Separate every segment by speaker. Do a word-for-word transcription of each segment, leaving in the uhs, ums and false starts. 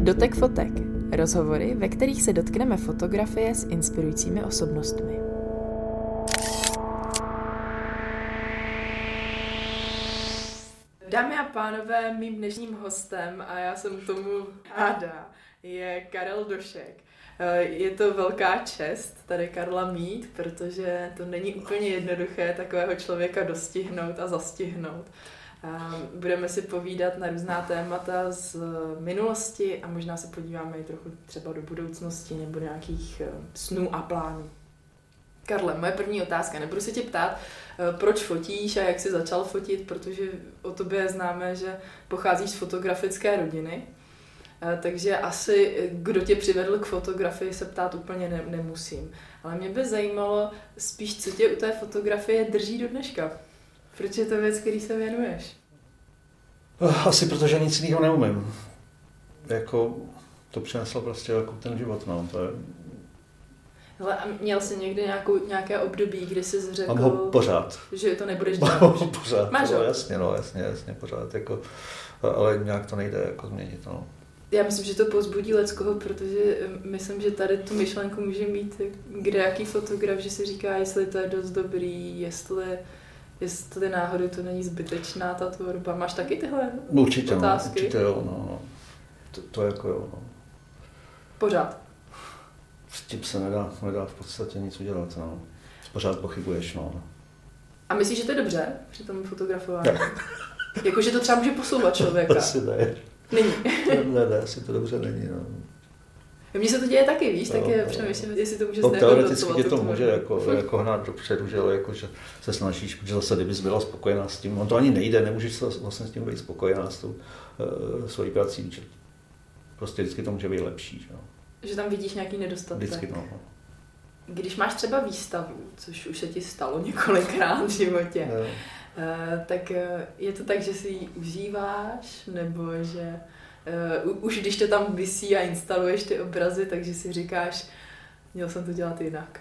Speaker 1: Dotek fotek. Rozhovory, ve kterých se dotkneme fotografie s inspirujícími osobnostmi. Dámy a pánové, mým dnešním hostem, a já jsem tomu ráda, je Karel Došek. Je to velká čest tady Karla mít, protože to není úplně jednoduché takového člověka dostihnout a zastihnout. Budeme si povídat na různá témata z minulosti a možná se podíváme i trochu třeba do budoucnosti nebo nějakých snů a plánů. Karle, moje první otázka. Nebudu se tě ptát, proč fotíš a jak jsi začal fotit, protože o tobě známe, že pocházíš z fotografické rodiny. Takže asi, kdo tě přivedl k fotografii, se ptát úplně ne- nemusím. Ale mě by zajímalo spíš, co tě u té fotografie drží do dneška. Proč je to věc, který se věnuješ?
Speaker 2: Asi protože nic jiného neumím. Jako to přineslo prostě jako ten život, no. To je...
Speaker 1: Hele, a měl jsi někdy nějakou, nějaké období, kdy jsi řekl...
Speaker 2: Mám ho pořád.
Speaker 1: Že to nebudeš dělat?
Speaker 2: Mám ho pořád.
Speaker 1: Máš
Speaker 2: no,
Speaker 1: ho?
Speaker 2: jasně, no, jasně, jasně, pořád. Jako, ale nějak to nejde jako změnit, no.
Speaker 1: Já myslím, že to povzbudí leckoho, protože myslím, že tady tu myšlenku může mít kdejaký fotograf, že si říká, jestli to je dost dobrý, jestli, jestli náhodou to není zbytečná ta tvorba. Máš taky tyhle
Speaker 2: určitě,
Speaker 1: otázky?
Speaker 2: No, určitě jo, no, no. To, to jako jo, no.
Speaker 1: Pořád?
Speaker 2: S tím se nedá, nedá v podstatě nic udělat, no. Pořád pochybuješ, no.
Speaker 1: A myslíš, že to je dobře při tom fotografování? Jakože to třeba může posouvat člověka?
Speaker 2: Asi ne.
Speaker 1: Není.
Speaker 2: ne, ne, asi to dobře není, no.
Speaker 1: Mně se to děje taky, víš, tak je
Speaker 2: no,
Speaker 1: přemýšlím, jestli to může
Speaker 2: no,
Speaker 1: znehodnocovat.
Speaker 2: Teoreticky tě to může jako, jako hnát dopředu, že, ale jako, že se snažíš, protože zase kdybys byla spokojená s tím, on to ani nejde, nemůžeš se vlastně s tím být spokojená s tou uh, svojí prací, že prostě vždycky to může být lepší, že, no.
Speaker 1: Že tam vidíš nějaký nedostatek.
Speaker 2: Vždycky, no.
Speaker 1: Když máš třeba výstavu, což už se ti stalo několikrát v životě,
Speaker 2: no.
Speaker 1: Uh, tak uh, je to tak, že si ji užíváš, nebo že uh, už když to tam visí a instaluješ ty obrazy, takže si říkáš, měl jsem to dělat jinak.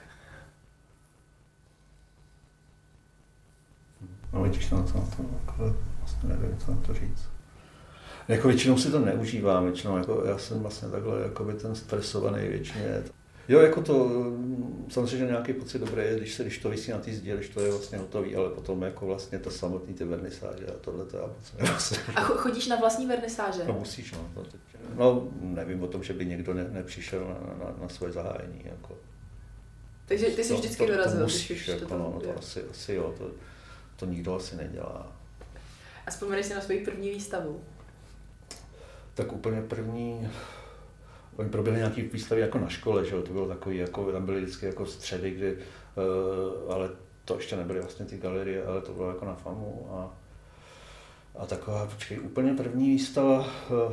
Speaker 2: No vidíš, no to, to jako, vlastně nevím, co na to říct. Jako většinou si to neužívám, většinou jako, já jsem vlastně takhle jakoby ten stresovaný většině. Jo, jako to, samozřejmě nějaký pocit dobrý je, když se, když to visí na té zdi, když to je vlastně hotový, ale potom jako vlastně to samotný ty vernisáže a tohle to já moc nevím.
Speaker 1: A chodíš na vlastní vernisáže?
Speaker 2: No musíš, no. To teď, no nevím o tom, že by někdo ne, nepřišel na, na, na svoje zahájení, jako.
Speaker 1: Takže ty jsi
Speaker 2: to,
Speaker 1: vždycky
Speaker 2: to,
Speaker 1: dorazil,
Speaker 2: to musíš,
Speaker 1: když už
Speaker 2: jako,
Speaker 1: to tam
Speaker 2: no, no, to asi, asi jo, to, to nikdo asi nedělá.
Speaker 1: A vzpomeneš si na svoji první výstavu?
Speaker 2: Tak úplně první... Oni proběhly nějaký výstavy jako na škole, že jo, to bylo takový, jako, tam byly vždycky jako středy, kdy, uh, ale to ještě nebyly vlastně ty galerie, ale to bylo jako na FAMu a, a taková, počkej, úplně první výstava, uh,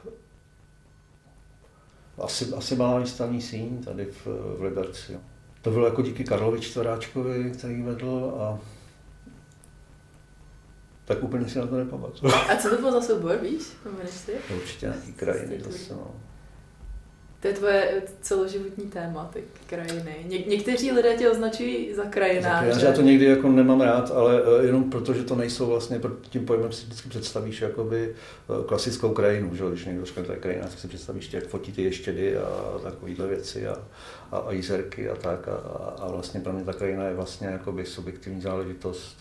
Speaker 2: asi, asi malá výstavní síň tady v, v Liberci. To bylo jako díky Karlovi Čtveráčkovi, který vedl a tak úplně si na to nepamatuju.
Speaker 1: A co to bylo za soubor, víš? Pomeneš si?
Speaker 2: Určitě nějaký krajiny zase, no.
Speaker 1: To je tvoje celoživotní téma, ty krajiny. Ně- někteří lidé tě označují za krajináře.
Speaker 2: Já to někdy jako nemám rád, ale jenom proto, že to nejsou vlastně, tím pojmem si vždycky představíš jakoby klasickou krajinu, že? Když někdo řekne, to je krajinář, tak si představíš, jak fotí ty ještědy a takovýhle věci a, a, a jízerky a tak. A, a vlastně pro mě ta krajina je vlastně jakoby subjektivní záležitost.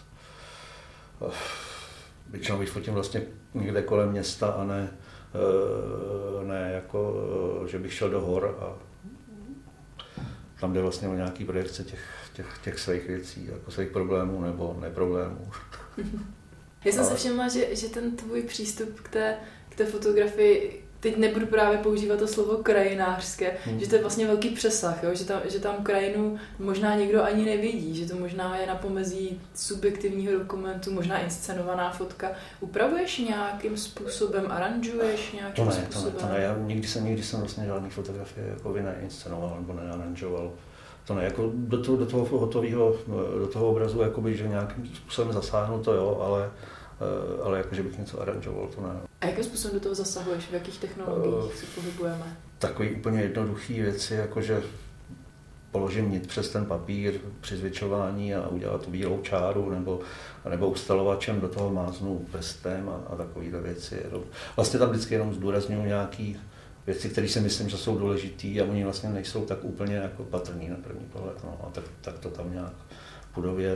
Speaker 2: Většinou když fotím vlastně někde kolem města a ne ne jako, že bych šel do hor a tam jde vlastně o nějaký projekce těch, těch, těch svých věcí, jako svých problémů nebo neproblémů.
Speaker 1: Já jsem se všimla, že, že ten tvůj přístup k té, k té fotografii, teď nebudu právě používat to slovo krajinářské, hmm. že to je vlastně velký přesah, jo? Že, tam, že tam krajinu možná někdo ani nevidí, že to možná je na pomezí subjektivního dokumentu, možná inscenovaná fotka. Upravuješ nějakým způsobem, aranžuješ nějakým
Speaker 2: to ne,
Speaker 1: způsobem?
Speaker 2: To ne, to ne. Já nikdy jsem, nikdy jsem vlastně žádný fotografie jako by neinscenoval nebo nearanžoval. To ne, jako do toho, do toho hotového, do toho obrazu, jakoby, že nějakým způsobem zasáhnu to jo, ale ale jako, že bych něco aranžoval, to ne.
Speaker 1: A jakým způsobem do toho zasahuješ? V jakých technologiích se pohybujeme?
Speaker 2: Takový úplně jednoduchý věci, jako že položím nit přes ten papír při zvětšování a udělat tu bílou čáru, nebo, nebo ustalovačem do toho máznu prstem a, a takovýhle věci. Vlastně tam vždycky jenom zdůrazňuji nějaký věci, které si myslím, že jsou důležitý a oni vlastně nejsou tak úplně jako patrný na první pohled. No. A tak, tak to tam nějak v budově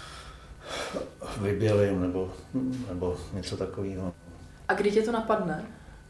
Speaker 2: vybělím nebo, nebo něco takového.
Speaker 1: A kdy tě to napadne?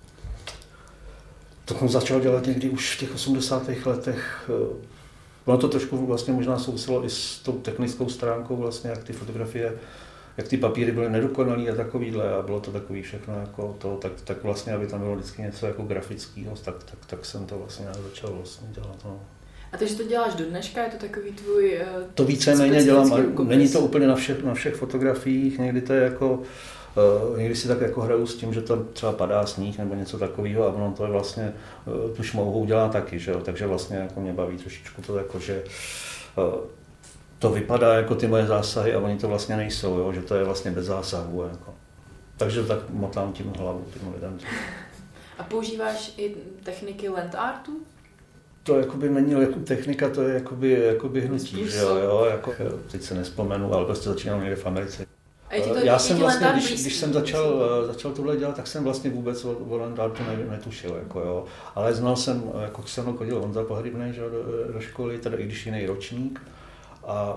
Speaker 2: To jsem začal dělat někdy už v těch osmdesátých letech. Ono to trošku vlastně možná souviselo i s tou technickou stránkou, vlastně, jak ty fotografie, jak ty papíry byly nedokonalý a takovýhle a bylo to takový všechno jako to, tak, tak vlastně, aby tam bylo vždycky něco jako grafického, tak, tak, tak jsem to vlastně začal vlastně dělat. No.
Speaker 1: A takže to děláš do dneška, je to takový tvůj uh,
Speaker 2: To víceméně dělám, ale není to úplně na všech, na všech fotografiích, někdy to je jako, uh, někdy si tak jako hraju s tím, že tam třeba padá sníh nebo něco takového a ono to je vlastně, uh, tu šmouhu udělá taky, že jo? Takže vlastně jako mě baví trošičku to jako, že uh, to vypadá jako ty moje zásahy a oni to vlastně nejsou, jo? Že to je vlastně bez zásahů. Jako. Takže tak motám tím hlavu tím lidem.
Speaker 1: A používáš i techniky land artu?
Speaker 2: To jakoby není jako technika, to je jakoby, jakoby hnutí, že jo, jo, jako, teď se nespomenu, ale prostě začínal někde v Americe. Já jsem vlastně, když, když jsem začal, začal tohle dělat, tak jsem vlastně vůbec o, o land artu netušil, jako jo. Ale znal jsem, jako se mnou chodil Honza Pohrybnej, že jo, do, do školy, teda i když jiný ročník. A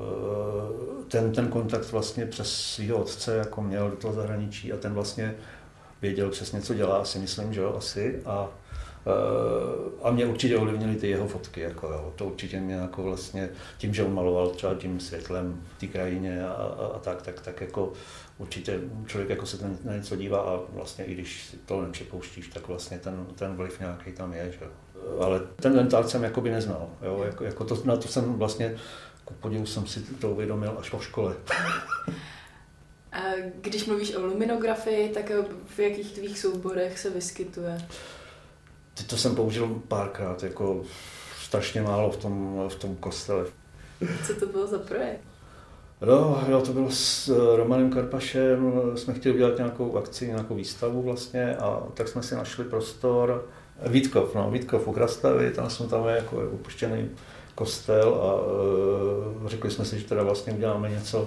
Speaker 2: ten, ten kontakt vlastně přes svého otce jako měl do toho zahraničí a ten vlastně věděl přesně, co dělá, si myslím, že jo, asi. A A mě určitě ovlivnily ty jeho fotky, jako jo. To určitě mě jako vlastně tím, že on maloval třeba tím světlem v té krajině a, a, a tak, tak, tak jako určitě člověk jako se na něco dívá a vlastně i když si to nepřipouštíš, tak vlastně ten, ten vliv nějaký tam je, že jo. Ale ten land art jsem jakoby neznal, jo. Jako, jako to, na to jsem vlastně, ku podivu jsem si to uvědomil až po škole.
Speaker 1: A když mluvíš o luminografii, tak v jakých tvých souborech se vyskytuje?
Speaker 2: Teď to jsem použil párkrát, jako strašně málo v tom, v tom kostele.
Speaker 1: Co to bylo za projekt?
Speaker 2: No, jo, to bylo s Romanem Karpašem, jsme chtěli udělat nějakou akci, nějakou výstavu vlastně a tak jsme si našli prostor. Vítkov, no, Vítkov u Krastavy, tam jsme tam jako opuštěný kostel a uh, řekli jsme si, že teda vlastně uděláme něco,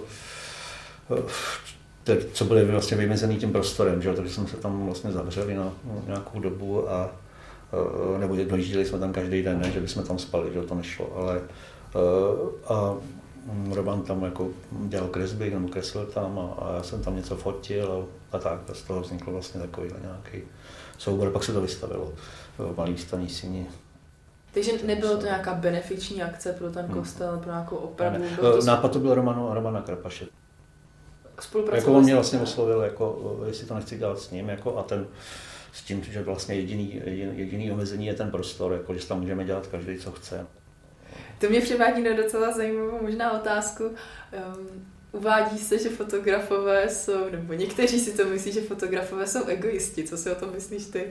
Speaker 2: uh, co bude vlastně vymezený tím prostorem, že? Takže jsme se tam vlastně zavřeli na nějakou dobu a nebo dojížděli jsme tam každý den, ne, že bychom tam spali, že to nešlo, ale a Roman tam jako dělal kresby, nebo kreslil tam a, a já jsem tam něco fotil a, a tak, a z toho vznikl vlastně takový nějaký soubor, pak se to vystavilo v malý staní síni.
Speaker 1: Takže nebylo to nějaká benefiční akce pro ten kostel, hmm. pro nějakou opravu?
Speaker 2: Ne, ne. To... Nápad to byl Romano, Romana Karpaše. Jako on mě vlastně oslovil, jako, jestli to nechci dělat s ním, jako, a ten s tím, že vlastně jediný, jediný omezení je ten prostor, jako, že tam můžeme dělat každý, co chce.
Speaker 1: To mě přivádí na docela zajímavou možná otázku. Um, uvádí se, že fotografové jsou, nebo někteří si to myslí, že fotografové jsou egoisti. Co si o tom myslíš ty?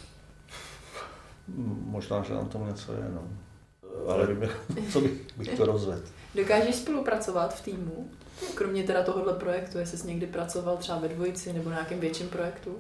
Speaker 2: Možná, že nám tomu něco je, no. Ale vím, co bych, bych to rozvedl.
Speaker 1: Dokážeš spolupracovat v týmu? Kromě teda tohohle projektu, jestli jsi někdy pracoval třeba ve dvojici nebo na nějakém větším projektu?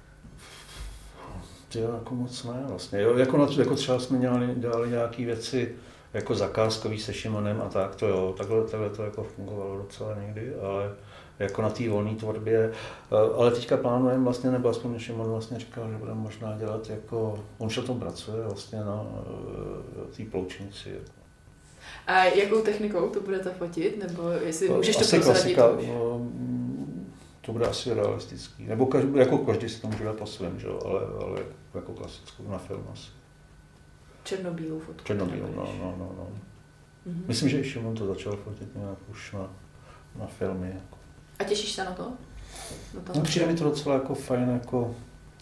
Speaker 2: Jo, jako moc ne vlastně. Jo, jako, na, jako třeba jsme dělali, dělali nějaké věci jako zakázkový se Šimonem a tak, to jo, takhle, takhle to jako fungovalo docela někdy, ale jako na té volné tvorbě. Ale teďka plánujeme vlastně, nebo aspoň Šimon vlastně říkal, že budeme možná dělat jako, on už o tom pracuje vlastně na té Ploučnici.
Speaker 1: A jakou technikou to budete fotit, nebo jestli
Speaker 2: to,
Speaker 1: můžeš to
Speaker 2: prozradit? Klasika, no, to bude asi realistický, nebo každý, jako každý si to může dát po svém, že? Ale, ale jako klasickou na film asi.
Speaker 1: Černobílou fotku.
Speaker 2: Černobílou, no, no, no. no. Mm-hmm. Myslím, že i Šimon to začal fotit nějak už na, na filmy. Jako.
Speaker 1: A těšíš se na to?
Speaker 2: No, přijde mi to docela jako fajn, jako...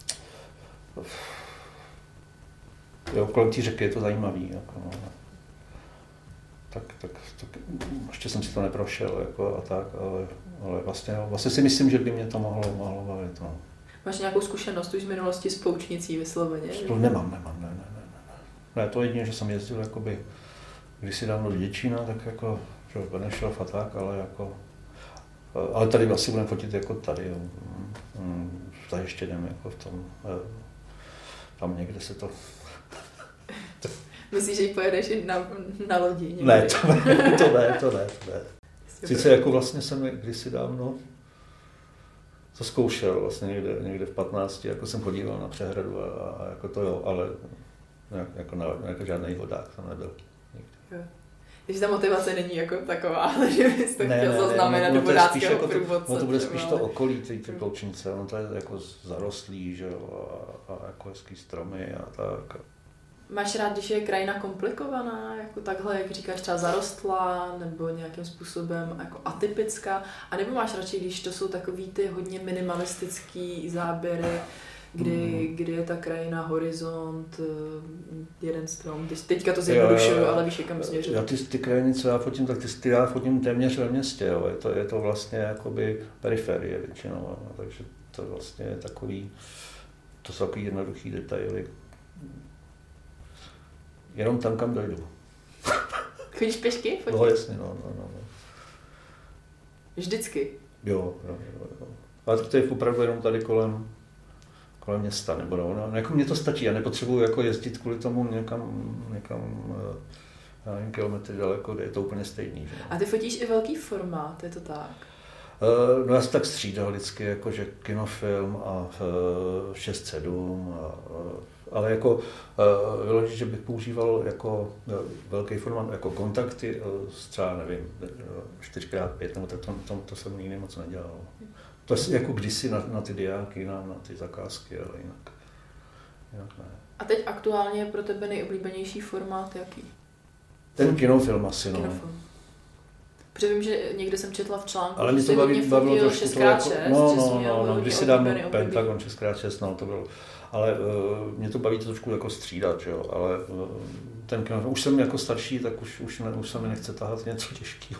Speaker 2: Jo, kolem té řeky je to zajímavý, jako no. Tak, tak, tak, ještě jsem si to neprošel, jako a tak, ale, ale vlastně, vlastně si myslím, že by mě to mohlo, mohlo bavit, no.
Speaker 1: Máš nějakou zkušenost už z minulosti s Ploučnicí vysloveně?
Speaker 2: To nemám, nemám, ne, ne, ne, ne. Ne, to jedině, že jsem jezdil, jakoby, když si dávno do Děčína, tak jako, že Benešov a tak, ale jako, ale tady asi budeme fotit jako tady, jo. Za ještě jdeme, jako v tom, tam někde se to...
Speaker 1: Myslíš, že pojedeš i na, na lodi někdy?
Speaker 2: Ne, to ne, to ne, to ne, to ne. Sice jako vlastně jsem kdysi dávno, to zkoušel vlastně někde, někde v patnácti, jako jsem chodíval na přehradu a, a jako to jo, ale jako, na, jako žádný vodák tam nebyl. Nikdy.
Speaker 1: Takže ta motivace není jako taková, že bys to
Speaker 2: ne,
Speaker 1: chtěl
Speaker 2: ne,
Speaker 1: zaznamenat
Speaker 2: no,
Speaker 1: do vodáckého
Speaker 2: jako
Speaker 1: průvodce.
Speaker 2: No to bude spíš
Speaker 1: třeba,
Speaker 2: to
Speaker 1: ale...
Speaker 2: okolí, ty, ty Ploučnice, no to je jako zarostlý, že jo, a, a jako hezký stromy a tak.
Speaker 1: Máš rád, když je krajina komplikovaná, jako takhle, jak říkáš, třeba zarostlá, nebo nějakým způsobem jako atypická, a nebo máš radši, když to jsou takový ty hodně minimalistický záběry, kdy, mm. kdy je ta krajina, horizont, jeden strom. Teďka to zjednodušuju, ale víš, jakam směřuju.
Speaker 2: Já ty, ty krajiny, co já fotím, tak ty, ty já fotím téměř ve městě, jo. Je, to, je to vlastně jakoby periferie většinou, no. Takže to vlastně je takový, to jsou takový jednoduchý detaily. Jenom tam, kam dojdu.
Speaker 1: Chodíš pěšky? Fotíš?
Speaker 2: No jasně, no, no, no.
Speaker 1: Vždycky?
Speaker 2: Jo, jo, jo, jo. Ale to je opravdu jenom tady kolem, kolem města, nebo no, no, jako mně to stačí, já nepotřebuji jako jezdit kvůli tomu někam, někam já nevím, kilometry daleko, kde je to úplně stejný. Že?
Speaker 1: A ty fotíš i velký formát, je to tak?
Speaker 2: Uh, no já jsem tak střídal vždycky, jakože kinofilm a uh, šest sedm, a, uh, ale jako uh, vyložit, že bych používal jako uh, velký formát, jako kontakty, uh, třeba nevím, čtyři krát pět, nebo tak to, to, to jsem nikdy moc nedělal. To je jako kdysi na, na ty diáky, na, na ty zakázky, ale jinak, jinak ne.
Speaker 1: A teď aktuálně je pro tebe nejoblíbenější formát jaký?
Speaker 2: Ten kinofilm asi, no.
Speaker 1: Kinofilm. Protože vím, že někde jsem četla v článku,
Speaker 2: ale
Speaker 1: že jsi hodně fotil šest krát šest,
Speaker 2: no,
Speaker 1: že jsi
Speaker 2: no,
Speaker 1: měl
Speaker 2: no, no,
Speaker 1: hodně
Speaker 2: když si dám
Speaker 1: oblíbený období.
Speaker 2: Pentagon šest krát šest, no to bylo. Ale uh, mě to baví to trošku jako střídat, že jo, ale uh, ten kinofilm, už jsem jako starší, tak už, už, ne, už se mi nechce tahat něco těžkého.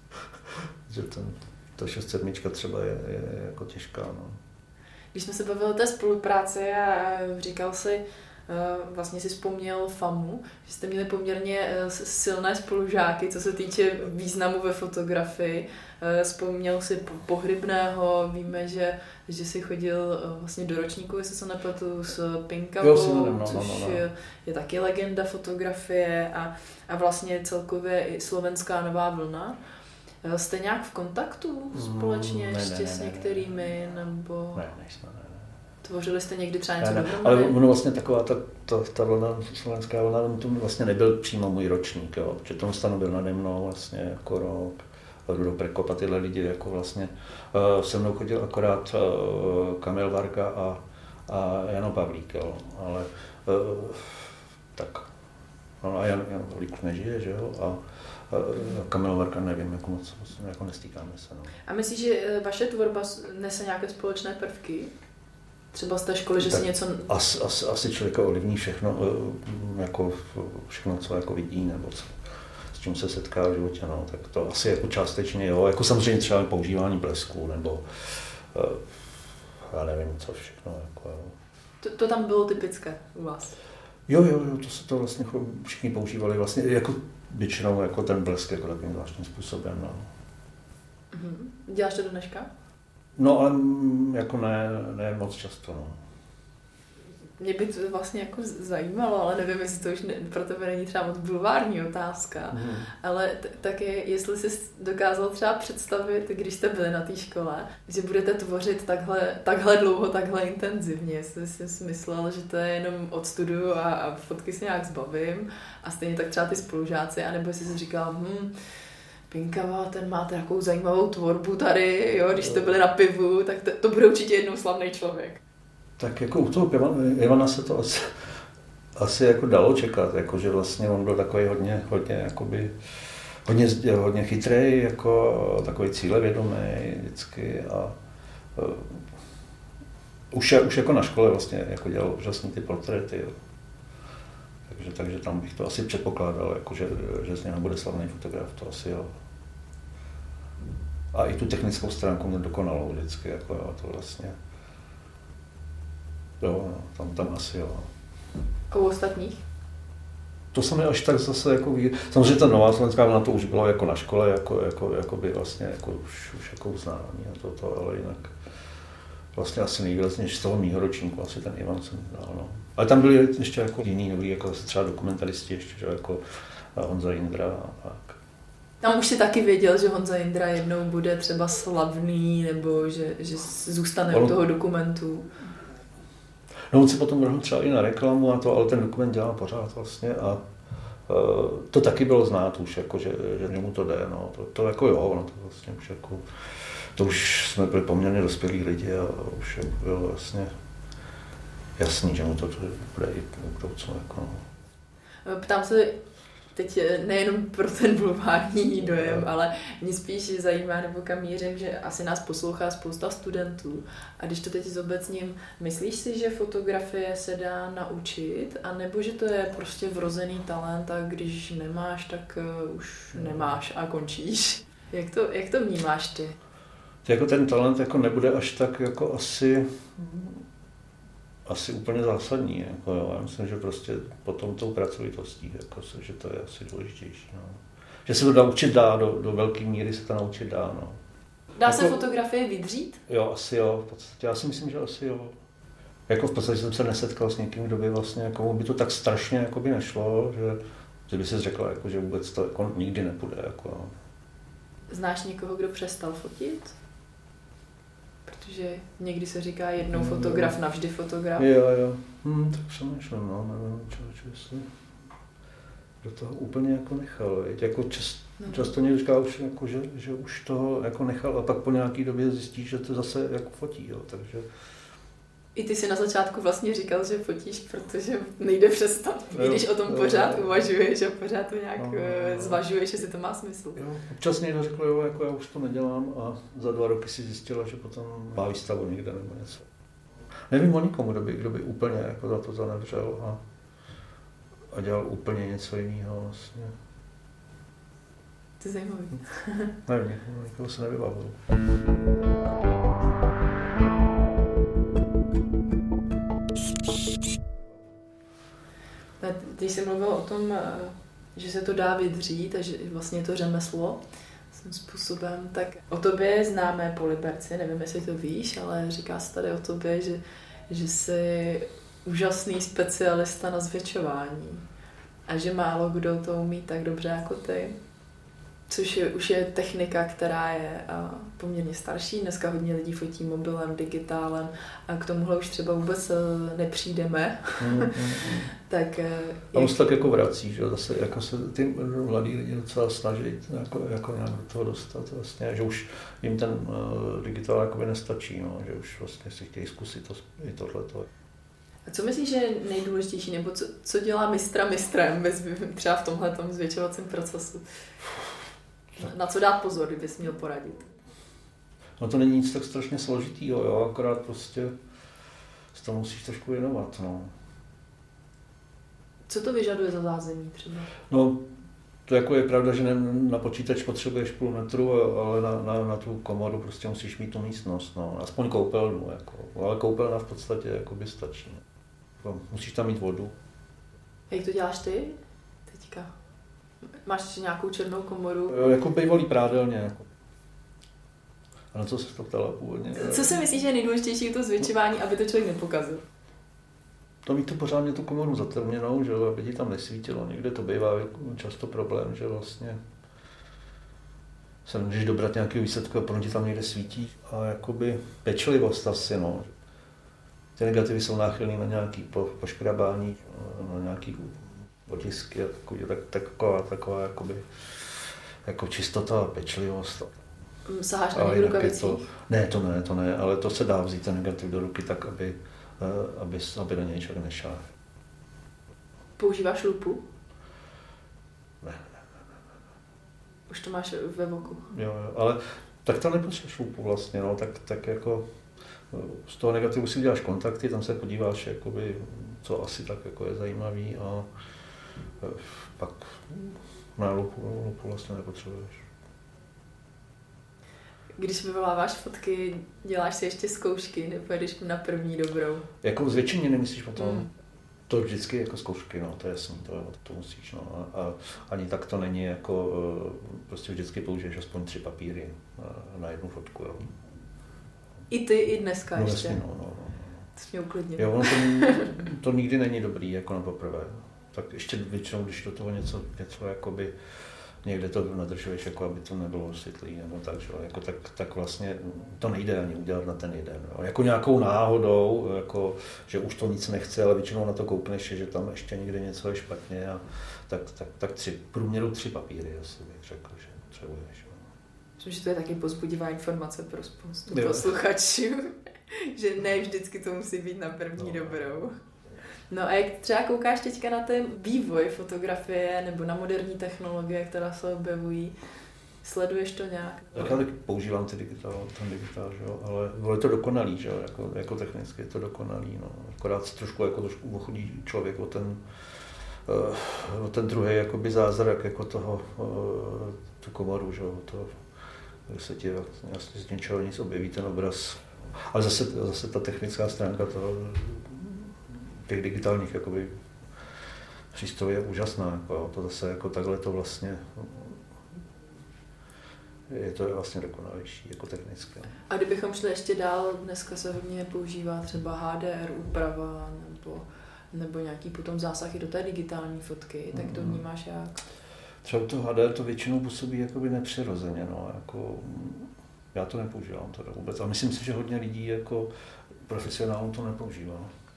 Speaker 2: Že ten, ta šest sedmička třeba je, je, je jako těžká, no.
Speaker 1: Když jsme se bavili o té spolupráci a říkal si, vlastně si vzpomněl FAMu, že jste měli poměrně silné spolužáky, co se týče významu ve fotografii. Vzpomněl si Pohřebného, víme, že, že jsi chodil vlastně do ročníku, jestli se nepletu, s Pinkavou, no, no, což no, no. Je, je taky legenda fotografie a, a vlastně celkově i slovenská nová vlna. Jste nějak v kontaktu společně
Speaker 2: mm, ne,
Speaker 1: ještě
Speaker 2: ne, ne,
Speaker 1: s
Speaker 2: ne,
Speaker 1: některými, nebo...
Speaker 2: Ne, nejsme, ne.
Speaker 1: Tvořili jste někdy třeba něco dohromady?
Speaker 2: Ale ono vlastně taková ta, ta, ta vlna, slovenská vlna, to vlastně nebyl přímo můj ročník, jo, protože tomu stanu byl nade mnou vlastně jako rok, Rudo Prekop a tyhle lidi jako vlastně uh, se mnou chodil akorát uh, Kamil Varga a, a Jano Pavlík, jo, ale uh, tak, no a Jan, Jan Pavlík už nežije, že jo, a Kamil Varga nevím, jako moc, jako nestýkáme se, no.
Speaker 1: A myslíš, že vaše tvorba nese nějaké společné prvky? Třeba z té školy, že tak si něco...
Speaker 2: Asi, asi, asi člověka ovlivní všechno, jako všechno, co jako vidí, nebo co, s čím se setká v životě, no, tak to asi jako částečně, jo, jako samozřejmě třeba používání blesku, nebo já nevím, co všechno, jako, jo.
Speaker 1: To, to tam bylo typické u vás?
Speaker 2: Jo, jo, jo, to se to vlastně všichni používali, vlastně jako většinou jako ten blesk, jako takovým zvláštním způsobem, no.
Speaker 1: Mhm. Děláš to do dneška?
Speaker 2: No, ale jako ne, ne moc často, no.
Speaker 1: Mě by to vlastně jako zajímalo, ale nevím, jestli to už ne, pro tebe není třeba moc bulvární otázka, mm. ale t- taky, jestli jsi dokázal třeba představit, když jste byli na té škole, že budete tvořit takhle, takhle dlouho, takhle intenzivně, jestli jsi myslel, že to je jenom odstuduju a, a fotky si nějak zbavím a stejně tak třeba ty spolužáci, anebo jsi si říkal, hm, Pinkava, ten má takovou zajímavou tvorbu tady, jo, když jste byli na pivu, tak to, to bude určitě jednou slavný člověk.
Speaker 2: Tak jako u toho Ivana se to asi, asi jako dalo čekat, jako že vlastně on byl takový hodně, hodně, jakoby, hodně, hodně chytrý, jako takový cílevědomý vždycky a uh, už, už jako na škole vlastně jako dělal úžasný ty portréty, jo. Takže, takže tam bych to asi předpokládal, jako že, že z něho bude slavný fotograf, to asi jo. A i tu technickou stránku mě dokonalo vždycky, jako jo, to vlastně. Jo, no, tam, tam asi jo.
Speaker 1: A u ostatních?
Speaker 2: To se mi až tak zase jako ví. Samozřejmě ta nová slovenská vlna to už bylo jako na škole, jako, jako, jako by vlastně jako už, už jako uznání a to, to, ale jinak vlastně asi nejvýraznější z toho mýho ročníku, asi ten Ivan jsem dal, no. Ale tam byli ještě jako jiný, dobrý, jako třeba dokumentalisti ještě, že, jako Honza Jindra a tak.
Speaker 1: Tam už si taky věděl, že Honza Jindra jednou bude třeba slavný, nebo že, že zůstane u toho dokumentu.
Speaker 2: No on se potom vrhl třeba i na reklamu a to, ale ten dokument dělá pořád vlastně a uh, to taky bylo znát už, jako, že, že mu to jde, no. to, to jako jo, no, to vlastně už jako, to už jsme byli poměrně dospělí lidi a už jako bylo vlastně jasný, že mu to bude i k budoucnu, jako, no.
Speaker 1: Ptám se teď nejenom pro ten bulvární dojem, ale mě spíš zajímá, nebo kam mířím, že asi nás poslouchá spousta studentů. A když to teď zobecním, myslíš si, že fotografie se dá naučit, anebo že to je prostě vrozený talent a když nemáš, tak už nemáš a končíš? Jak to, jak to vnímáš ty?
Speaker 2: Jako ten talent jako nebude až tak jako asi... asi úplně zásadní. Jako jo. Já myslím, že prostě potom tou pracovitostí, jako se, že to je asi důležitější. No. Že se to naučit dá, do, do velké míry se to naučit dá. No.
Speaker 1: Dá
Speaker 2: jako,
Speaker 1: se fotografie vydřít?
Speaker 2: Jo, asi jo. V podstatě, já si myslím, že asi jo. Jako v podstatě jsem se nesetkal s někým, kdo by vlastně, jako by to tak strašně jako by nešlo, že, že by si řekl, jako, že vůbec to jako nikdy nepůjde. Jako.
Speaker 1: Znáš někoho, kdo přestal fotit? Protože někdy se říká jednou fotograf, navždy fotograf.
Speaker 2: Jo, jo. Hm, tak přemýšlím, no, nevím, člověče, jestli do toho úplně jako nechal, veď. Jako čas, no. Často někdo říká, už, jako, že, že už toho jako nechal a pak po nějaký době zjistí, že to zase jako fotí, jo, takže...
Speaker 1: I ty si na začátku vlastně říkal, že fotíš, protože nejde přestat, jo, když o tom jo, pořád jo, uvažuješ a pořád to nějak no, no, zvažuješ, jestli to má smysl.
Speaker 2: Jo, občas někdo řekl, jo, jako já už to nedělám a za dva roky si zjistila, že potom má výstavu někde nebo něco. Nevím o nikomu, kdo by, kdo by úplně jako za to zanevřel a, a dělal úplně něco jiného vlastně.
Speaker 1: To je zajímavý.
Speaker 2: Nevím, nikoho se nevybavil.
Speaker 1: Když jsi mluvil o tom, že se to dá vydřít a že vlastně je to řemeslo svým způsobem, tak o tobě známe po Liberci, nevím, jestli to víš, ale říká se tady o tobě, že, že jsi úžasný specialista na zvětšování a že málo kdo to umí tak dobře jako ty. Což je, už je technika, která je a, poměrně starší. Dneska hodně lidí fotí mobilem, digitálem a k tomuhle už třeba vůbec nepřijdeme. Mm, mm, mm. tak,
Speaker 2: a on se tak jako vrací, že zase jako se ty mladí lidi docela snaží jako, jako nějak do toho dostat vlastně, že už jim ten uh, digitál jakoby nestačí, no, že už vlastně si chtějí zkusit to, i tohleto.
Speaker 1: A co myslíš, že je nejdůležitější, nebo co, co dělá mistra mistrem bez, třeba v tomhletom zvětšovacím procesu? Na co dát pozor, kdybys měl poradit?
Speaker 2: No to není nic tak strašně složitýho, jo, akorát prostě se to musíš trošku věnovat, no.
Speaker 1: Co to vyžaduje za zázemí třeba?
Speaker 2: No, to jako je pravda, že ne, na počítač potřebuješ půl metru, ale na, na, na tu komoru prostě musíš mít tu místnost, no, aspoň koupelnu, jako, ale koupelna v podstatě jako by stačí. No, musíš tam mít vodu.
Speaker 1: Jak to děláš ty teďka? Máš nějakou černou komoru?
Speaker 2: Jako bývalý prádelně. Jako. A na co se to ptala původně?
Speaker 1: Co si myslíš, že je nejdůležitější u toho zvětšování, aby to člověk nepokazil?
Speaker 2: To mít to pořádně tu komoru zatemněnou, že aby ti tam nesvítilo. Někde to bývá často problém, že vlastně se můžeš dobrat nějakého výsledku a potom ti tam někde svítí. A jakoby pečlivost asi, no. Ty negativy jsou náchylné na nějaký po, poškrabání, na nějaký otisky a takový, tak, taková, taková jakoby, jako čistota a pečlivost.
Speaker 1: Saháš na něj rukavicí?
Speaker 2: To, ne, to ne, to ne, ale to se dá vzít ten negativ do ruky tak, aby, aby, aby na něj člověk nešáhl.
Speaker 1: Používáš lupu?
Speaker 2: Ne, ne, ne, ne.
Speaker 1: Už to máš ve voku.
Speaker 2: Jo, jo, ale tak to nepotřebuješ lupu vlastně, no, tak, tak jako z toho negativu si děláš kontakty, tam se podíváš, jakoby, co asi tak jako je zajímavý a pak na lupu, lupu vlastně nepotřebuješ.
Speaker 1: Když vyvoláváš fotky, děláš si ještě zkoušky, nebo jdeš na první dobrou?
Speaker 2: Jako zvětšeně nemyslíš o tom?
Speaker 1: Mm.
Speaker 2: To vždycky jako zkoušky, no, to je jasný, to, to musíš, no. A, a ani tak to není jako, prostě vždycky použiješ aspoň tři papíry na, na jednu fotku, jo.
Speaker 1: I ty, i dneska
Speaker 2: no,
Speaker 1: ještě?
Speaker 2: Jasný, no, no, no.
Speaker 1: To mě uklidnil.
Speaker 2: Jo, no, to, to nikdy není dobrý, jako na poprvé. Tak ještě většinou, když do toho něco, něco jakoby někde to nadržuješ, jako aby to nebylo světlý, nebo tak, že? Jako tak, tak vlastně to nejde ani udělat na ten jeden. Jo? Jako nějakou náhodou, jako, že už to nic nechce, ale většinou na to koukneš, že tam ještě někde něco je špatně, a tak, tak, tak tři, průměru tři papíry, asi bych řekl, že potřebuješ.
Speaker 1: Myslím, že to je taky povzbudivá informace pro spoustu posluchačů, že ne vždycky to musí být na první no. dobrou. No a jak třeba koukáš teďka na ten vývoj fotografie nebo na moderní technologie, které se objevují, sleduješ to nějak?
Speaker 2: Tak já taky používám ty digitál, ten digitál, že jo, ale je to dokonalý, že jo, jako, jako technicky je to dokonalý, no. Akorát se trošku, jako trošku ochudí člověk o ten, uh, o ten druhý jakoby zázrak, jako toho, uh, tu komoru, že jo, to, že se ti vlastně z něčeho nic objeví ten obraz. Ale zase, zase ta technická stránka toho, těch digitálních jakoby přístrojů je úžasná. Jako, jo. To zase jako takhle to vlastně je to vlastně dokonalejší jako technické.
Speaker 1: A kdybychom šli ještě dál, dneska se hodně používá třeba H D R úprava nebo, nebo nějaký potom zásahy do té digitální fotky, tak to vnímáš jak?
Speaker 2: Třeba to H D R to většinou působí jakoby nepřirozeně, no, jako já to nepoužívám teda vůbec, a myslím si, že hodně lidí jako profesionálů to nepoužívá.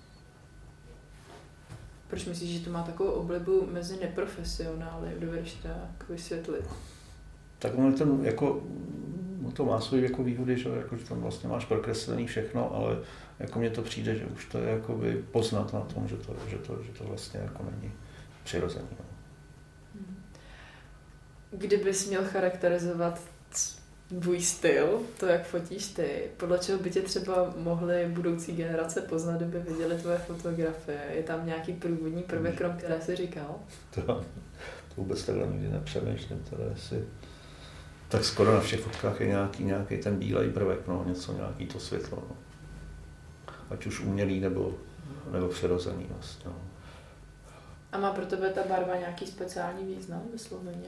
Speaker 1: Proč myslíš, že to má takovou oblibu mezi neprofesionály? Dovedeš to jak vysvětlit?
Speaker 2: Tak ono ten, jako, no to má svoje jako výhody, že, jako, že tam vlastně máš prokreslený všechno, ale jako mně to přijde, že už to je jakoby poznat na tom, že to, že to, že to vlastně jako není přirozený. No.
Speaker 1: Kdybys měl charakterizovat tvůj styl, to, jak fotíš ty, podle čeho by tě třeba mohly budoucí generace poznat, kdyby viděli tvoje fotografie? Je tam nějaký průvodní prvek, krom které jsi říkal?
Speaker 2: To, to vůbec takhle nikdy nepřemýšlím, teda jestli... Tak skoro na všech fotkách je nějaký, nějaký ten bílej prvek, no, něco, nějaký to světlo. No. Ať už umělý nebo, nebo přirozený vlastně. No.
Speaker 1: A má pro tebe ta barva nějaký speciální význam vysloveně?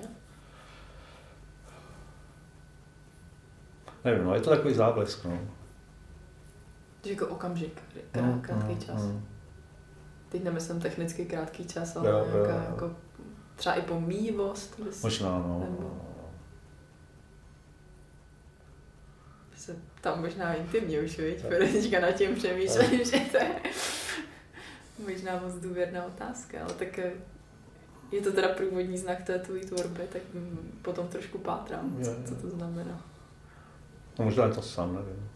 Speaker 2: Nevím, no, je to takový záblesk, no.
Speaker 1: To je jako okamžik, krát, krátký mm, čas. Mm. Teď nemyslím technicky krátký čas, ale jo, nějaká jo. Jako třeba i pomíjivost.
Speaker 2: Možná, no.
Speaker 1: Nebo... se tam možná intimně už, viď? Teďka nad tím přemýšlím, že to je možná moc důvěrná otázka, ale tak je to teda průvodní znak té tvojí tvorby, tak potom trošku pátrám, co, co to znamená.
Speaker 2: No možná je to sám, nevím.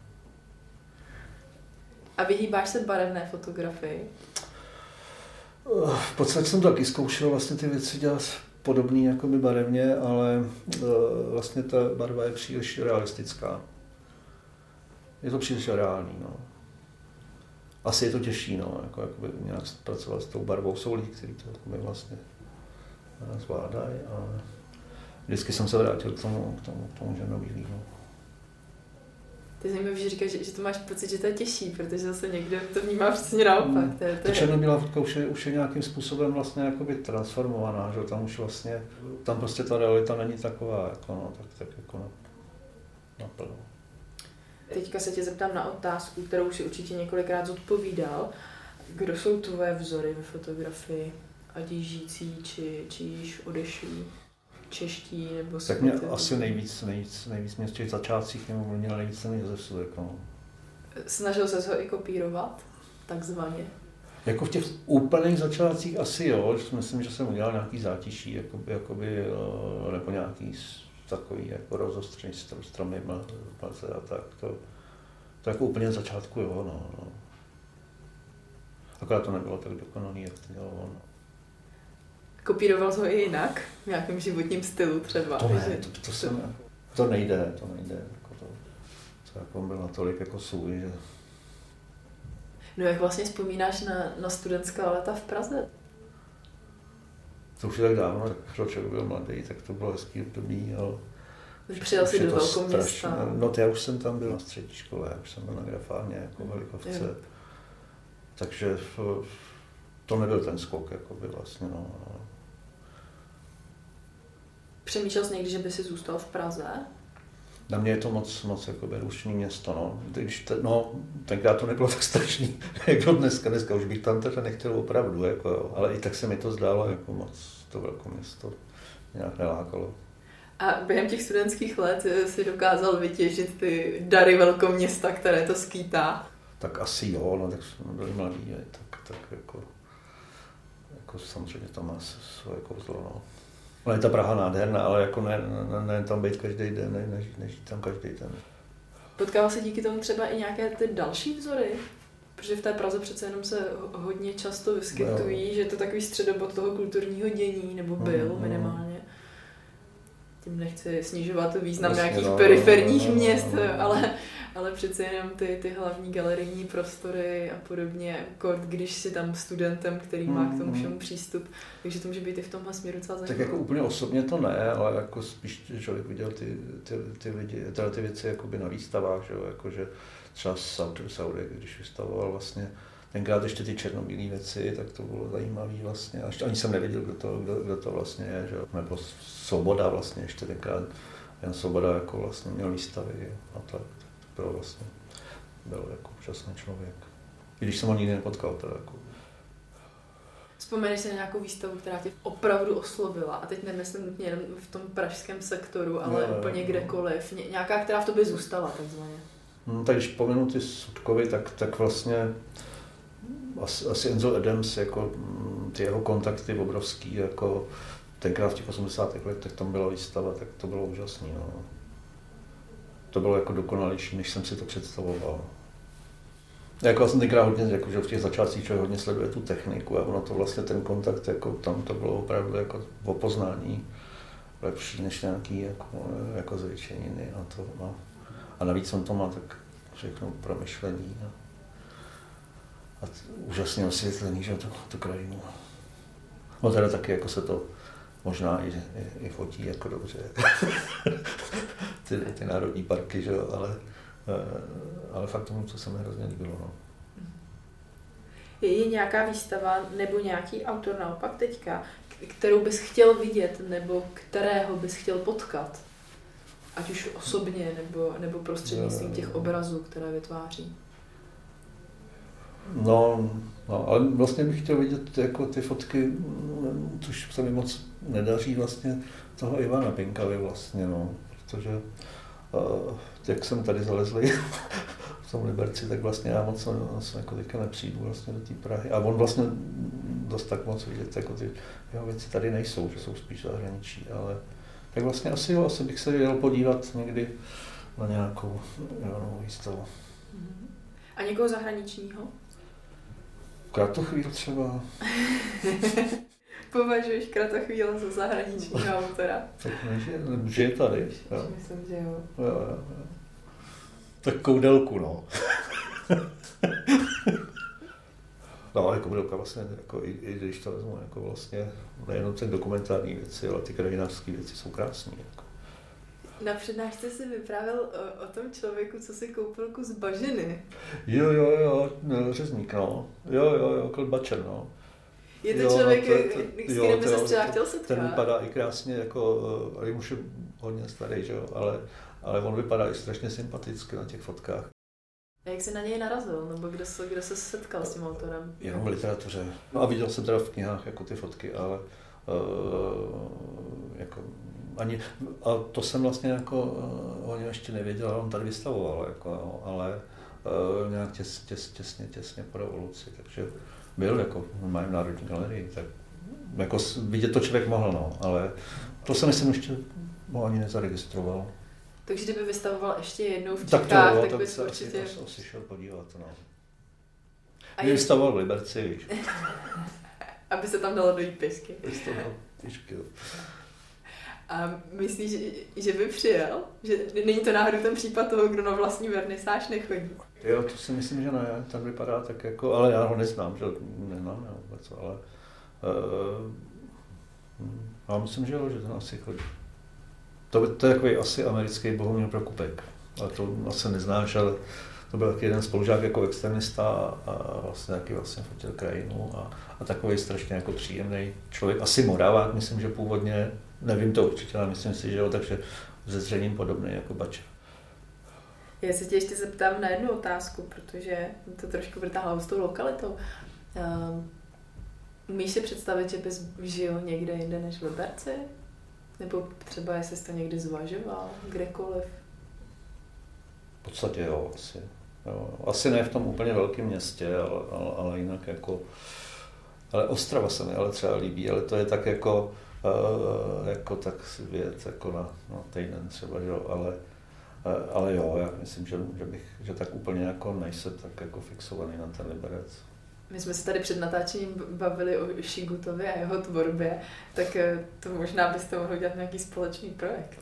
Speaker 1: A vyhýbáš se barevné fotografii?
Speaker 2: V podstatě jsem taky zkoušel vlastně ty věci dělat podobný jako by barevně, ale vlastně ta barva je příliš realistická. Je to příliš reálný, no. Asi je to těžší, no, jako, jakoby nějak pracovat s tou barvou. Jsou lidi, kteří to jakoby vlastně zvládají, ale vždycky jsem se vrátil k tomu, k tomu, k tomu černobílý, no.
Speaker 1: To je zajímavé, že říkáš, že, že to máš pocit, že to je těžší, protože zase někdo to vnímá přesně naopak. To je, to je...
Speaker 2: Ta černobílá fotka už je, už je nějakým způsobem vlastně jakoby transformovaná, že tam už vlastně, tam prostě ta realita není taková, jako no, tak, tak jako naplno.
Speaker 1: Teďka se tě zeptám na otázku, kterou si určitě několikrát zodpovídal. Kdo jsou tvoje vzory ve fotografii? Ať již žijící, či, či již odešlí? Čeští nebo
Speaker 2: tak mě asi nejvíc, nejvíc, nejvíc mě v těch začátcích nebo měl nejvíc ten Josef Sudek. No.
Speaker 1: Snažil ses ho i kopírovat, takzvaně?
Speaker 2: Jako v těch úplných začátcích asi jo, že myslím, že jsem udělal nějaký zátiší, jakoby, jakoby, nebo nějaký takový jako rozostřený stromy mlze a tak. To, to jako úplně na začátku jo, no, no. Akorát to nebylo tak dokonalý, jak to dělal on.
Speaker 1: Kopíroval jsi ho i jinak? V nějakém životním stylu třeba?
Speaker 2: To ne, to, to, jsem, to nejde, to nejde. Jako to, to jako byl natolik jako svůj, že...
Speaker 1: No jak vlastně vzpomínáš na, na studentská léta v Praze?
Speaker 2: To už je tak dávno, tak člověk byl mladý, tak to bylo hezký období, ale...
Speaker 1: Přijel jsi do velkoměsta.
Speaker 2: No to já už jsem tam byl na střední škole, já už jsem byl na grafárně jako velikovce. Jo. Takže to, to nebyl ten skok, jako by vlastně, no.
Speaker 1: Přemýšlel jsi někdy, že by si zůstal v Praze?
Speaker 2: Na mě je to moc, moc jakoby rušný město, no. Když te, no, tenkrát to nebylo tak strašný, jako dneska, dneska už bych tam teda nechtěl opravdu, jako jo. Ale i tak se mi to zdálo jako moc to velkoměsto nějak nelákalo.
Speaker 1: A během těch studentských let si dokázal vytěžit ty dary velkoměsta, které to skýtá?
Speaker 2: Tak asi jo, no tak jsme byli mladí, tak, tak jako, jako samozřejmě to má svoje kouzlo, no. Ale je ta Praha nádherná, ale jako ne, ne, ne tam být každý den, ne, nežít, nežít tam každý den.
Speaker 1: Potkával se díky tomu třeba i nějaké ty další vzory? Protože v té Praze přece jenom se hodně často vyskytují, no. Že je to takový středobod toho kulturního dění, nebo byl mm, minimálně. Tím nechci snižovat význam vlastně, nějakých no, periferních no, no, měst, no, no. Ale, ale přece jenom ty, ty hlavní galerijní prostory a podobně, kort, když si tam studentem, který má k tomu všemu přístup, takže to může být i v tomhle směru docela zajímavé.
Speaker 2: Tak jako úplně osobně to ne, ale jako spíš člověk viděl ty, ty, ty, lidi, teda ty věci jakoby na výstavách, že jo, jakože třeba Saudy, když vystavoval vlastně tenkrát ještě ty černobílé věci, tak to bylo zajímavé vlastně. Až ani jsem nevěděl, kdo to, kdo, kdo to vlastně je, že? Nebo Svoboda vlastně ještě tenkrát. Jan Svoboda jako vlastně měl výstavy a tak. To bylo vlastně, byl jako úžasný člověk. I když jsem ho nikdy nepotkal teda jako.
Speaker 1: Vzpomeneš si na nějakou výstavu, která tě opravdu oslovila, a teď nemyslím nutně jenom v tom pražském sektoru, ale no, úplně kdekoliv. Ně, nějaká, která v tobě zůstala takzvaně.
Speaker 2: No, tak když pomenu ty Sutkovy, tak, tak vlastně asi, asi Ansel Adams, jako ty jeho kontakty obrovský, jako tenkrát v těch osmdesátých letech tam byla výstava, tak to bylo úžasné. No. To bylo jako dokonalejší, než jsem si to představoval. Jako já jsem tenkrát hodně, jako, že v těch začátcích člověk hodně sleduje tu techniku a ono to vlastně ten kontakt, jako, tam to bylo opravdu jako o poznání lepší než nějaký jako, jako zvětšeniny a to, no. A navíc on to má tak všechno promyšlení no. A t- úžasně osvětlený, že to, tu krajinu. No teda taky jako se to možná i, i, i fotí jako dobře. ty, ty národní parky, že jo, ale, ale fakt tomu, co se mi hrozně líbilo. No.
Speaker 1: Je nějaká výstava nebo nějaký autor naopak teďka, kterou bys chtěl vidět nebo kterého bys chtěl potkat? Ať už osobně, nebo, nebo prostřednictvím těch obrazů, které vytváří.
Speaker 2: No, no, ale vlastně bych chtěl vidět jako ty fotky, což se mi moc nedaří vlastně, toho Ivana Pinkavy vlastně, no, protože uh, jak jsem tady zalezli v tom Liberci, tak vlastně já moc vlastně jako teďka nepřijdu vlastně do té Prahy. A on vlastně dost tak moc vidět, jako ty jeho věci tady nejsou, že jsou spíš zahraničí, ale tak vlastně asi jo, asi bych se jel podívat někdy na nějakou novou výstavu.
Speaker 1: A někoho zahraničního?
Speaker 2: Kratochvíl třeba.
Speaker 1: Považuješ Kratochvíl za zahraničního autora?
Speaker 2: Tak nežije, žije tady. Jo.
Speaker 1: Myslím, že jo.
Speaker 2: Jo, jo, jo. Tak Koudelku, no. No, ale Koudelka vlastně, jako, i, i když to vezmu, jako vlastně nejenom ten dokumentární věci, ale ty krajinářské věci jsou krásné. Jako.
Speaker 1: Na přednášce jsi vyprávěl o, o tom člověku, co si koupil kus bažiny.
Speaker 2: Jo, jo, jo, no, řezník, no. Jo, jo, jo, Klbačer, no.
Speaker 1: Je to
Speaker 2: jo,
Speaker 1: člověk,
Speaker 2: no, to, to,
Speaker 1: s kterým by se třeba chtěl setkat?
Speaker 2: Ten vypadá i krásně, jako, ale už je hodně starý, že jo, ale, ale on vypadá i strašně sympaticky na těch fotkách.
Speaker 1: A jak jsi na něj narazil, nebo kdo se, kdo se setkal s tím autorem?
Speaker 2: Jenom v literatuře. No a viděl jsem teda v knihách jako ty fotky, ale uh, jako ani, a to jsem vlastně jako uh, o něm ještě nevěděl, ale on tady vystavoval, jako, no, ale uh, nějak těs, těs, těsně, těsně po revoluci, takže byl jako v Národní galerii, tak jako vidět to člověk mohl, no, ale to jsem myslím ještě ho ani nezaregistroval.
Speaker 1: Takže kdyby vystavoval ještě jednou v
Speaker 2: Čechách,
Speaker 1: tak,
Speaker 2: tak,
Speaker 1: tak
Speaker 2: to
Speaker 1: bys
Speaker 2: se
Speaker 1: určitě...
Speaker 2: asi, asi šel podívat, no.
Speaker 1: A
Speaker 2: Kdyby vystavoval v Liberci, víš.
Speaker 1: Aby se tam dalo dojít pěšky.
Speaker 2: Vystavoval pěšky, jo.
Speaker 1: A myslíš, že, že by přijel? Že není to náhodou ten případ toho, kdo na vlastní vernisáž nechodí?
Speaker 2: Jo, to si myslím, že ne. Tam vypadá tak jako, ale já ho neznám, že neznám, ne, vůbec, ale uh, já myslím, že jo, že ten asi chodí. To, to je takový asi americký Bohumil Prokupek, ale to asi neznáš, ale to byl taky jeden spolužák jako externista a vlastně taky vlastně fotil krajinu a, a takový strašně jako příjemný člověk, asi Moravák, myslím, že původně, nevím to určitě, ale myslím si, že jo, takže ze zřením podobný jako Bača.
Speaker 1: Já se tě ještě zeptám na jednu otázku, protože to trošku vytáhla s tou lokalitou. Um, umíš si představit, že bys žil někde jinde než v Liberci? Nebo třeba jestli jsi to někdy zvažoval, kdekoliv?
Speaker 2: V podstatě jo, asi. Jo. Asi ne v tom úplně velkém městě, ale, ale, ale jinak jako... Ale Ostrava se mi ale třeba líbí, ale to je tak jako, uh, jako tak si věc, jako na, na týden třeba, že jo, ale, uh, ale jo, já myslím, že, že, bych, že tak úplně jako nejsem tak jako fixovaný na ten Liberec.
Speaker 1: My jsme se tady před natáčením bavili o Šigutovi a jeho tvorbě, tak to možná byste mohli dělat nějaký společný projekt.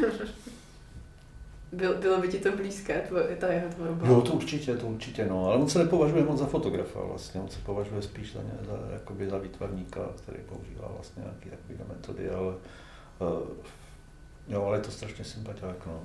Speaker 1: Bylo, bylo by ti to blízké, tvo, ta jeho tvorba?
Speaker 2: Jo, to určitě, to určitě, no, ale on se nepovažuje moc za fotografa vlastně, on se považuje spíš za, ně, za, jakoby za výtvarníka, který používá vlastně nějaké takové metody, ale uh, jo, ale je to strašně sympatiák, no.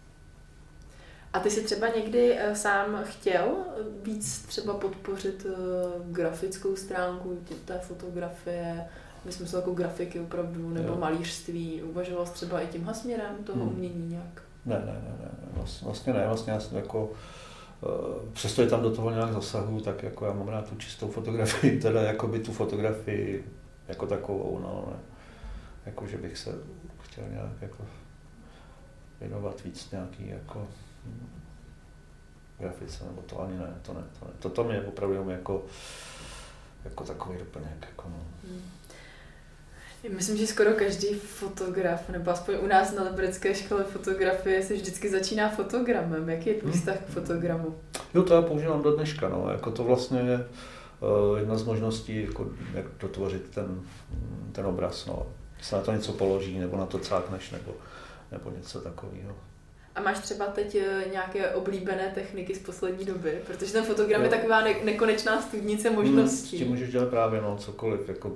Speaker 1: A ty jsi třeba někdy uh, sám chtěl víc třeba podpořit uh, grafickou stránku té fotografie, myslím si jako grafiky opravdu, nebo jo. malířství, uvažoval jsi třeba i tímhle směrem toho hmm. umění nějak?
Speaker 2: Ne, ne, ne, ne, vlastně ne, vlastně já jsem jako, přesto je tam do toho nějak zasahuju, tak jako já mám rád tu čistou fotografii, teda jakoby tu fotografii jako takovou, no, ne, jako že bych se chtěl nějak jako věnovat víc nějaký jako grafice, nebo to ani ne, to ne, to ne, to, to mě opravdu jako, jako takový doplněk, jako no. Hmm.
Speaker 1: Myslím, že skoro každý fotograf, nebo aspoň u nás na Liberecké škole fotografie se vždycky začíná fotogramem. Jaký je tvůj vztah k fotogramu?
Speaker 2: Jo, to já používám do dneška, no. Jako to vlastně je uh, jedna z možností, jako, jak dotvořit ten, ten obraz, no. Se na to něco položí, nebo na to cákneš, nebo, nebo něco takového.
Speaker 1: A máš třeba teď nějaké oblíbené techniky z poslední doby? Protože ten fotogram jo. je taková ne- nekonečná studnice možností.
Speaker 2: Hmm, s tím můžeš dělat právě no, cokoliv, jako...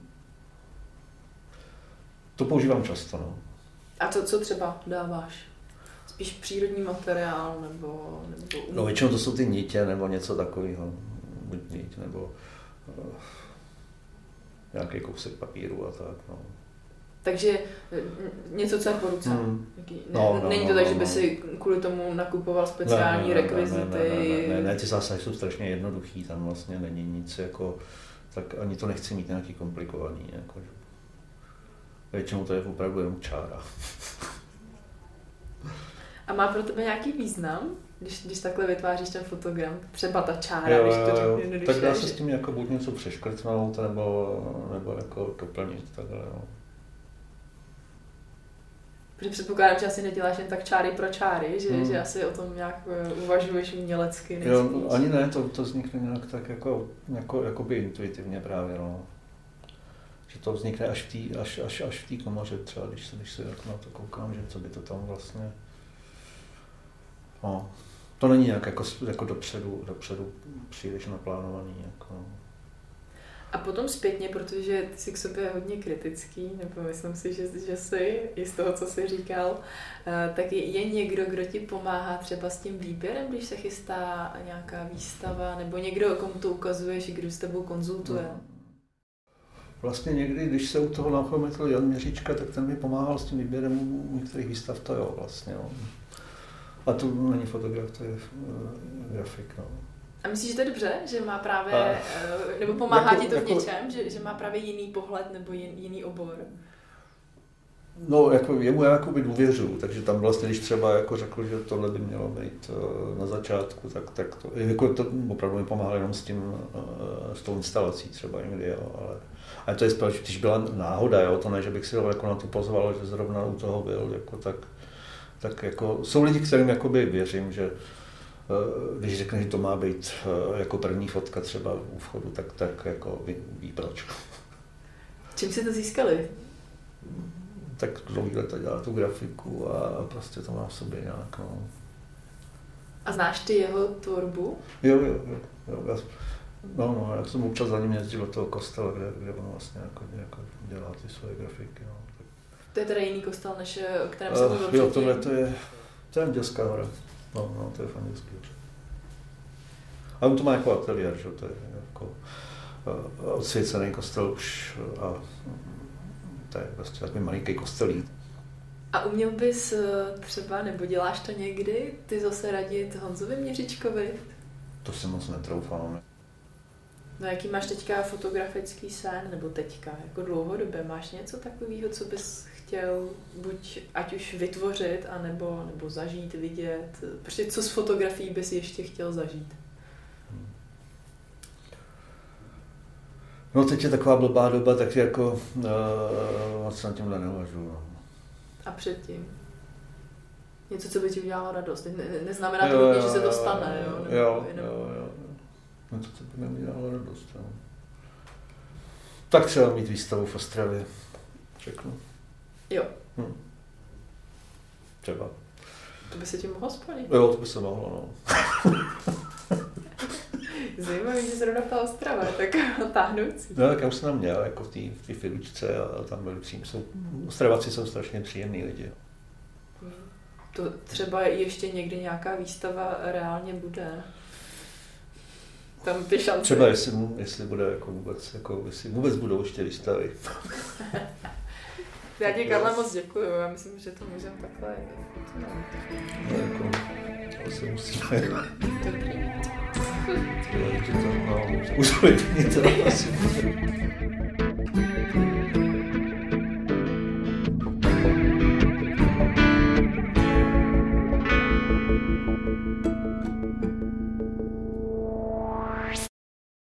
Speaker 2: To používám často, no.
Speaker 1: A to, co třeba dáváš? Spíš přírodní materiál, nebo... nebo
Speaker 2: no většinou to jsou ty nitě, nebo něco takového. Buď nit, nebo uh, nějaký kousek papíru a tak, no.
Speaker 1: Takže něco, co je po ruce. Hmm. Ne,
Speaker 2: no, no,
Speaker 1: není to
Speaker 2: no,
Speaker 1: tak,
Speaker 2: no,
Speaker 1: že by
Speaker 2: no.
Speaker 1: si kvůli tomu nakupoval speciální ne, ne, rekvizity?
Speaker 2: Ne, ne, ne, ne, ne, ne, ty zásahy jsou strašně jednoduchý, tam vlastně není nic jako... Tak ani to nechci mít nějaký komplikovaný, jako... Většinou to je opravdu jenom čára.
Speaker 1: A má pro tebe nějaký význam, když, když takhle vytváříš ten fotogram? Třeba ta čára,
Speaker 2: jo,
Speaker 1: když to
Speaker 2: jo,
Speaker 1: řekne,
Speaker 2: tak dá se s tím jako buď něco přeškrtnout, nebo, nebo jako doplnit takhle, no.
Speaker 1: Protože předpokládám, že asi neděláš jen tak čáry pro čáry, že, hmm. že asi o tom nějak uvažuješ umělecky.
Speaker 2: Jo, ani ne, to, to vznikne nějak tak jako, jako, jakoby intuitivně právě, no. Že to vznikne až v té až, až, až v té komoře třeba, když se, když se jako na to koukám, že co by to tam vlastně... No, to není nějak jako, jako dopředu, dopředu příliš naplánovaný. Jako.
Speaker 1: A potom zpětně, protože ty jsi k sobě hodně kritický, nebo myslím si, že, že jsi, i z toho, co jsi říkal, tak je, je někdo, kdo ti pomáhá třeba s tím výběrem, když se chystá nějaká výstava, nebo někdo, komu to ukazuješ, kdo s tebou konzultuje? No.
Speaker 2: Vlastně někdy, když se u toho nachometl Jan Měříčka, tak ten mi pomáhal s tím výběrem některých výstav, to jo vlastně. Jo. A to není fotograf, to je uh, grafik. No.
Speaker 1: A myslíš, že to je dobře, že má právě, a, nebo pomáhá jako, ti to v jako, něčem, že, že má právě jiný pohled nebo jin, jiný obor?
Speaker 2: No, jako jemu já jakoby důvěřuju, takže tam vlastně, když třeba jako řekl, že tohle by mělo být uh, na začátku, tak, tak to, jako to opravdu mi pomáhalo jenom s tím, uh, s tou instalací třeba někdy, jo, ale, ale to je spíš, když byla náhoda, jo, to ne, že bych si ho jako na to pozval, že zrovna u toho byl, jako tak, tak jako, jsou lidi, kterým jakoby věřím, že uh, když řekne, že to má být uh, jako první fotka třeba u vchodu, tak, tak jako ví, ví proč.
Speaker 1: Čím jste to získali?
Speaker 2: Tak dlouhý leta dělá tu grafiku a prostě to má v sobě nějak, no.
Speaker 1: A znáš ty jeho tvorbu?
Speaker 2: Jo, jo, jo. jo já, no, no, já jsem občas za ním jezdil do toho kostela, kde, kde on vlastně jako, jako dělá ty svoje grafiky, no. Tak.
Speaker 1: To je teda jiný kostel, než o kterém jsem mluvil
Speaker 2: uh, Jo, tohle to je, to je Andělská hora. No, no, to je v Andělský hoře. A on to má jako ateliér, že to je jako uh, odsvěcený kostel už a to je prostě takový malinký kostelík.
Speaker 1: A uměl bys třeba, nebo děláš to někdy, ty zase radit Honzovi Měříčkovi?
Speaker 2: To si moc netroufám.
Speaker 1: No jaký máš teďka fotografický sen, nebo teďka, jako dlouhodobě, máš něco takového, co bys chtěl buď ať už vytvořit, anebo, nebo zažít, vidět? Prostě co z fotografií bys ještě chtěl zažít?
Speaker 2: No teď je taková blbá doba, tak jako uh, moc na tímhle neuvažuji. No.
Speaker 1: A předtím? Něco, co by ti udělalo radost. Ne, neznamená to nutně, že se to stane, jo? Nebo
Speaker 2: jo,
Speaker 1: jenom...
Speaker 2: jo, jo. Něco, co by mi udělalo radost, jo. Tak třeba mít výstavu v Ostravě, řeknu.
Speaker 1: Jo.
Speaker 2: Hm. Třeba.
Speaker 1: To by se ti mohlo splnit.
Speaker 2: Jo, to by se mohlo, no.
Speaker 1: Zajímavý, že zrovna ta Ostrava je tak táhnoucí.
Speaker 2: No, tak já už jsem tam měl, jako v té Filučce a tam byli příjemní. Jsou, Ostravaci jsou strašně příjemní lidi.
Speaker 1: To třeba ještě někdy nějaká výstava reálně bude. Tam ty šance.
Speaker 2: Třeba jestli, jestli bude jako vůbec, jako jestli vůbec budou ještě výstavy.
Speaker 1: Já ti, Karle, moc děkuju. Já myslím, že to můžeme takhle.
Speaker 2: No, jako, asi musíme. Dobrý. To, no, už to asi